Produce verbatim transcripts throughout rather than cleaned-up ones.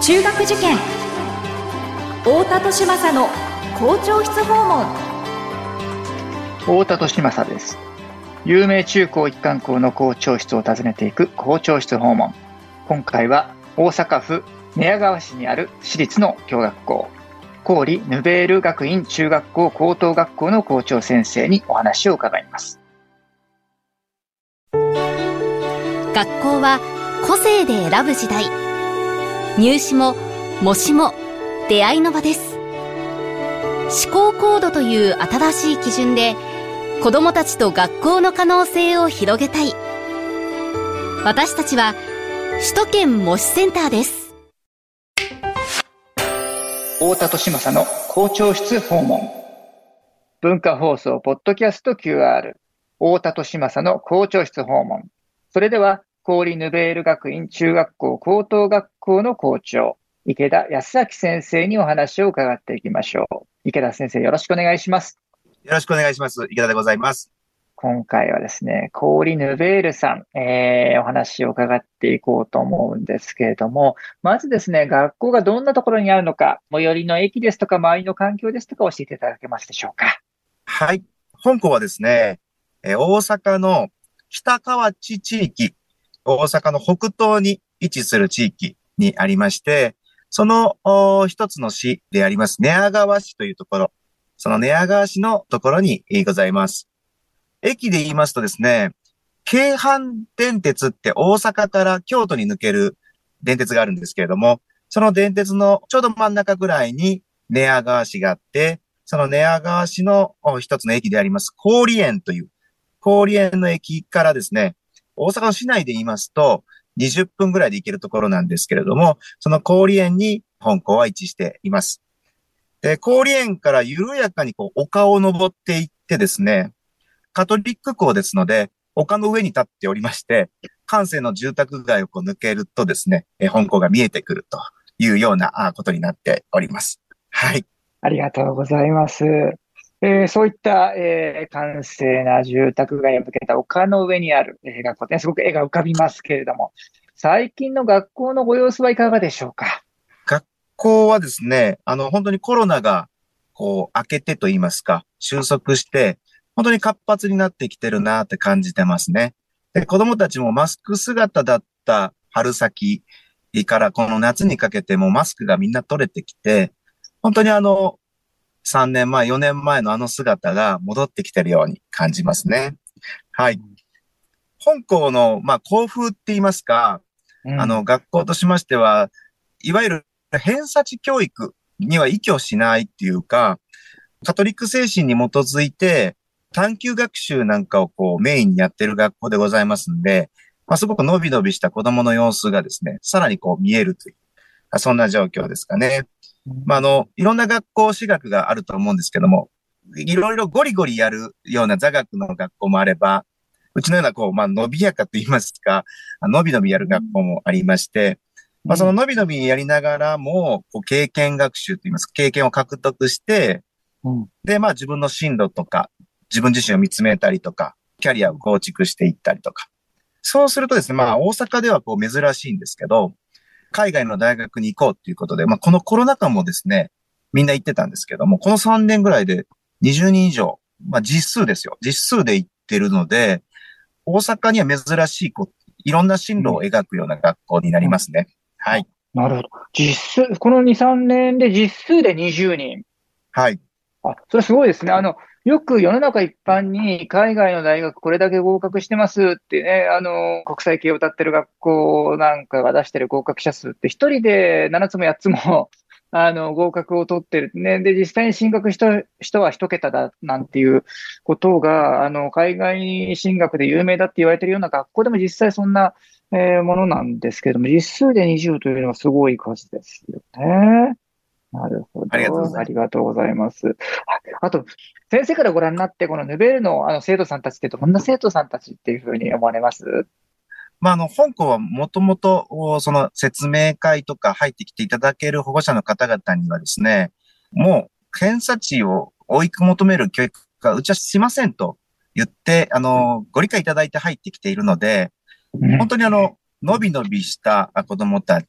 中学受験、太田利政の校長室訪問。 太田利政です。有名中高一貫校の校長室を訪ねていく校長室訪問。今回は大阪府寝屋川市にある私立の共学校、郡ヌベール学院中学校高等学校の校長先生にお話を伺います。 学校は個性で選ぶ時代。入試も模試も出会いの場です。思考コードという新しい基準で子どもたちと学校の可能性を広げたい。私たちは首都圏模試センターです。 太田利政の校長室訪問。文化放送ポッドキャスト キューアール 太田利政の校長室訪問。それでは郡ヌベール学院中学校高等学校の校長、池田康明先生にお話を伺っていきましょう。池田先生、よろしくお願いします。 よろしくお願いします。池田でございます。 今回はですね、郡ヌベールさん、えー、お話を伺っていこうと思うんですけれども、まずですね、学校がどんなところにあるのか、最寄りの駅ですとか、周りの環境ですとか教えていただけますでしょうか。 はい。本校はですね、えー、大阪の北河内地域、大阪の北東に位置する地域にありまして、その一つの市であります寝屋川市というところ、その寝屋川市のところにございます。駅で言いますとですね、京阪電鉄って大阪から京都に抜ける電鉄があるんですけれども、その電鉄のちょうど真ん中ぐらいに寝屋川市があって、その寝屋川市の一つの駅であります郡園という郡園の駅からですね、大阪の市内で言いますとにじゅっぷんぐらいで行けるところなんですけれども、その郡園に本校は位置しています。で、郡園から緩やかにこう丘を登っていってですね、カトリック校ですので、丘の上に立っておりまして、閑静の住宅街をこう抜けるとですね、本校が見えてくるというようなことになっております。はい。 ありがとうございます。えー、そういった、えー、閑静な住宅街を抜けた丘の上にある、えー、学校ね、すごく絵が浮かびますけれども、最近の学校のご様子はいかがでしょうか。 学校はですね、あの、本当にコロナが、こう、明けてと言いますか、収束して、本当に活発になってきてるなって感じてますね。で、子供たちもマスク姿だった春先からこの夏にかけてもマスクがみんな取れてきて、本当にあの、さんねんまえ、よねんまえのあの姿が戻ってきてるように感じますね。はい。本校の、まあ、校風って言いますか、うん、あの、学校としましては、いわゆる偏差値教育には依拠しないっていうか、カトリック精神に基づいて、探究学習なんかをこうメインにやってる学校でございますんで、まあ、すごく伸び伸びした子供の様子がですね、さらにこう見えるという、そんな状況ですかね。まあ、あの、いろんな学校、私学があると思うんですけども、いろいろゴリゴリやるような座学の学校もあれば、うちのような、こう、まあ、伸びやかと言いますか、伸び伸びやる学校もありまして、まあ、その伸び伸びやりながらも、こう、経験学習と言いますか、経験を獲得して、で、まあ、自分の進路とか、自分自身を見つめたりとか、キャリアを構築していったりとか。そうするとですね、まあ、大阪ではこう、珍しいんですけど、海外の大学に行こうということで、まあ、このコロナ禍もですね、みんな行ってたんですけども、このさんねんぐらいでにじゅうにん以上、まあ、実数ですよ。実数で行ってるので、大阪には珍しい、こう、いろんな進路を描くような学校になりますね。うん、はい。 なるほど。実数、このに、さんねんで実数でにじゅうにん。 はい。 あ、それすごいですね。あの、よく世の中一般に海外の大学これだけ合格してますってね、あの、国際系を謳ってる学校なんかが出してる合格者数って一人でななつもやっつもあの、合格を取ってるね。で、実際に進学した人は一桁だなんていうことが、あの、海外進学で有名だって言われてるような学校でも実際そんな、えー、ものなんですけれども、実数でにじゅうというのはすごい数ですよね。なるほど。 ありがとうございます。 ありがとうございます。あと、先生からご覧になって、このヌベールのあの生徒さんたちってどんな生徒さんたちっていうふうに思われます？ まあ、あの、本校はもともと、その説明会とか入ってきていただける保護者の方々にはですね、もう偏差値を追い求める教育がうちはしませんと言って、あの、ご理解いただいて入ってきているので、本当にあの、のびのびした子供たち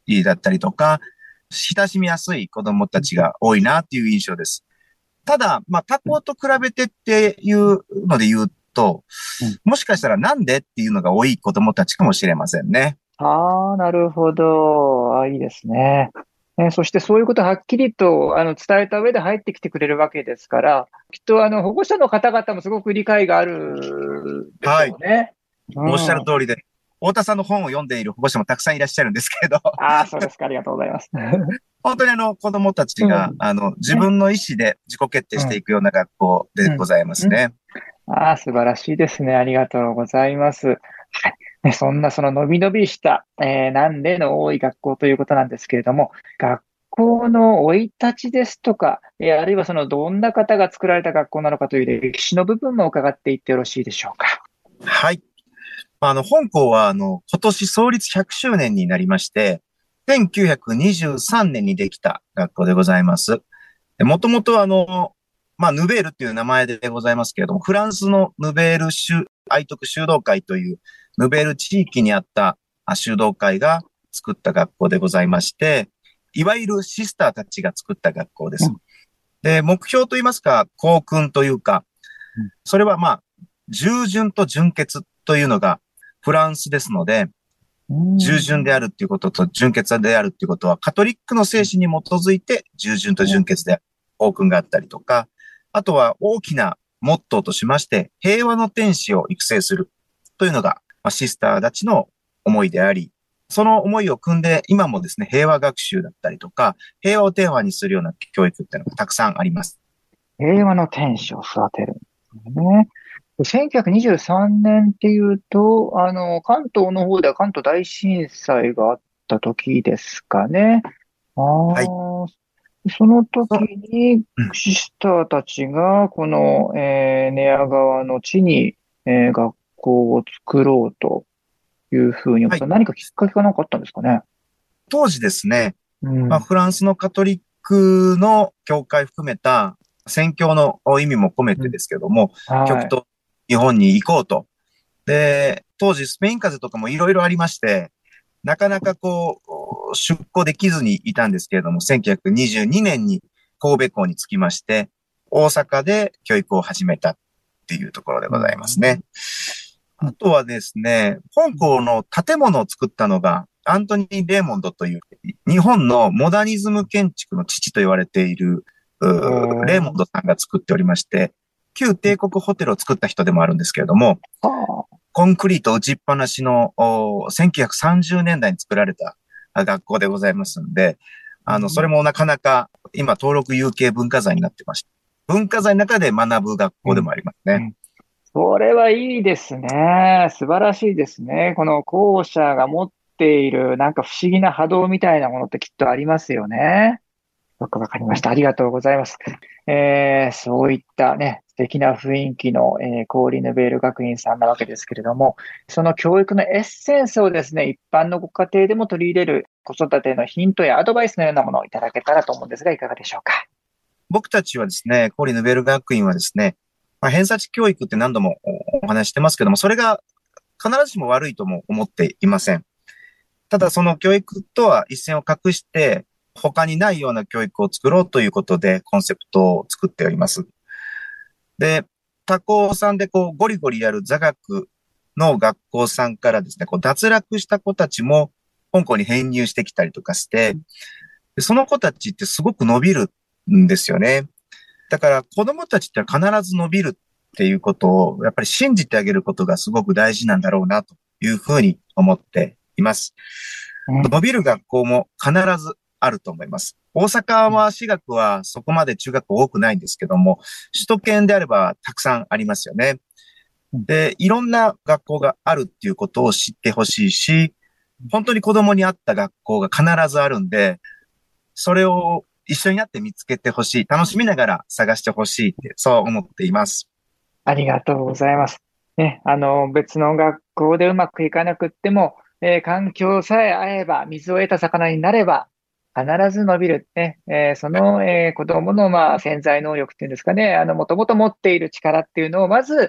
だったりとか、親しみやすい子供たちが多いなっていう印象です。ただ、まあ、他校と比べてっていうので言うと、もしかしたらなんでっていうのが多い子供たちかもしれませんね。 ああ、なるほど。あ、いいですね。ね、そしてそういうことをはっきりとあの伝えた上で入ってきてくれるわけですから、きっとあの保護者の方々もすごく理解があるでしはい。 ょうね。うおっしゃるん。 通りで、太田さんの本を読んでいる保護者もたくさんいらっしゃるんですけど、 ああ、そうですか。ありがとうございます。 本当にあの子供たちが、 うん。 あの、自ね。 分の意思で自己決定うん。 していくような学校でうん。 ございますうん。 ね。 ああ、素晴らしいですね。ありがとうございます。はい。ね、そんなそののびのびした、えー、なんでの多い学校ということなんですけれども、学校の生い立ちですとか、えーあるいはそのどんな方が作られた学校なのかという歴史の部分も伺っていってよろしいでしょうか。 はい。あの、本校は、あの、今年創立ひゃくしゅうねんになりまして、せんきゅうひゃくにじゅうさんねんにできた学校でございます。もともとあの、まあ、ヌベールっていう名前でございますけれども、フランスのヌベール修愛徳修道会というヌベール地域にあったあ修道会が作った学校でございまして、いわゆるシスターたちが作った学校です。 うん。 で、目標といいますか、校訓というか、 うん。 それはまあ、従順と純潔というのがフランスですので、 う従ん。 順であるっていうことと純潔であるっていうことは、カトリックの精神に基づいて従順と純潔である校訓があったりとか、あとは大きなモットーとしまして、平和の天使を育成するというのが、まあ、シスターたちの思いであり、その思いを組んで、今もですね、平和学習だったりとか、平和をテーマにするような教育っていうのがたくさんあります。 平和の天使を育てるんですね。せんきゅうひゃくにじゅうさんねんっていうと、あの、関東の方では関東大震災があった時ですかね。あはい。 あ、その時そに、 うん。 シスターたちが、この、えー寝屋川の地に、えー学校を作ろうというふうに思った。 はい。 何かきっかけがなかったんですかね。 当時ですね、まあ、 うん。 フランスのカトリックの教会含めた宣教の意味も込めうん。 てですけども、極はい。 東日本に行こうと。で、当時スペイン風邪とかもいろいろありまして、なかなかこう、出港できずにいたんですけれども、せんきゅうひゃくにじゅうにねんに神戸港に着きまして、大阪で教育を始めたっていうところでうございますね。 ん。うん。 あとはですね、本校の建物を作ったのが、アントニー・レーモンドという、日本のモダニズム建築の父と言われている、うえーレーモンー、 ドさんが作っておりまして、旧帝国ホテルを作った人でもあるんですけれども、 はあ。 コンクリート打ちっぱなしのおせんきゅうひゃくさんじゅうねんだいに作られたあ学校でございますので、あの、それうん。 もなかなか今登録有形文化財になってまして、文化財の中で学ぶ学うん。 校でもありますね。 うん。それはいいですね。素晴らしいですね。この後者が持っているなんか不思議な波動みたいなものってきっとありますよね。よくわかりました。ありがとうございます。えー、そういったね、素敵な雰囲気の、えー、コーリヌベール学院さんなわけですけれども、その教育のエッセンスをですね、一般のご家庭でも取り入れる子育てのヒントやアドバイスのようなものをいただけたらと思うんですが、いかがでしょうか。 僕たちはですね、コーリヌベール学院はですね、まあ、偏差値教育って何度もお話ししてますけども、それが必ずしも悪いとも思っていません。ただその教育とは一線を画して、他にないような教育を作ろうということでコンセプトを作っております。で、他校さんでこうゴリゴリやる座学の学校さんからですね、こう脱落した子たちも本校に編入してきたりとかして、でその子たちってすごく伸びるんですよね。だから子供たちって必ず伸びるっていうことをやっぱり信じてあげることがすごく大事なんだろうなというふうに思っています。 うん。 伸びる学校も必ずあると思います。大阪は私学はそこまで中学校多くないんですけども、首都圏であればたくさんありますよね。 うん。 で、いろんな学校があるっていうことを知ってほしいし、本当に子供に合った学校が必ずあるんで、それを一緒になって見つけてほしい。楽しみながら探してほしいって、そう思っています。 ありがとうございます。ね、あの、別の学校でうまくいかなくっても、えー環境さえ合えば、水を得た魚になれば、必ず伸びる。ね、えーその、えー子供の、まあ、潜在能力っていうんですかね、あの、もともと持っている力っていうのを、まず、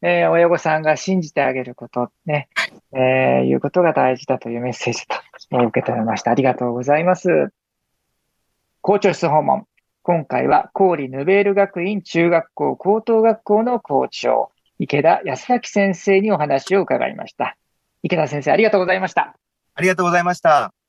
えー、親御さんが信じてあげること、ね、えー、いうことが大事だというメッセージと、えー受け止めました。ありがとうございます。校長室訪問。今回は、郡ヌベール学院中学校高等学校の校長、池田康明先生にお話を伺いました。池田先生、ありがとうございました。 ありがとうございました。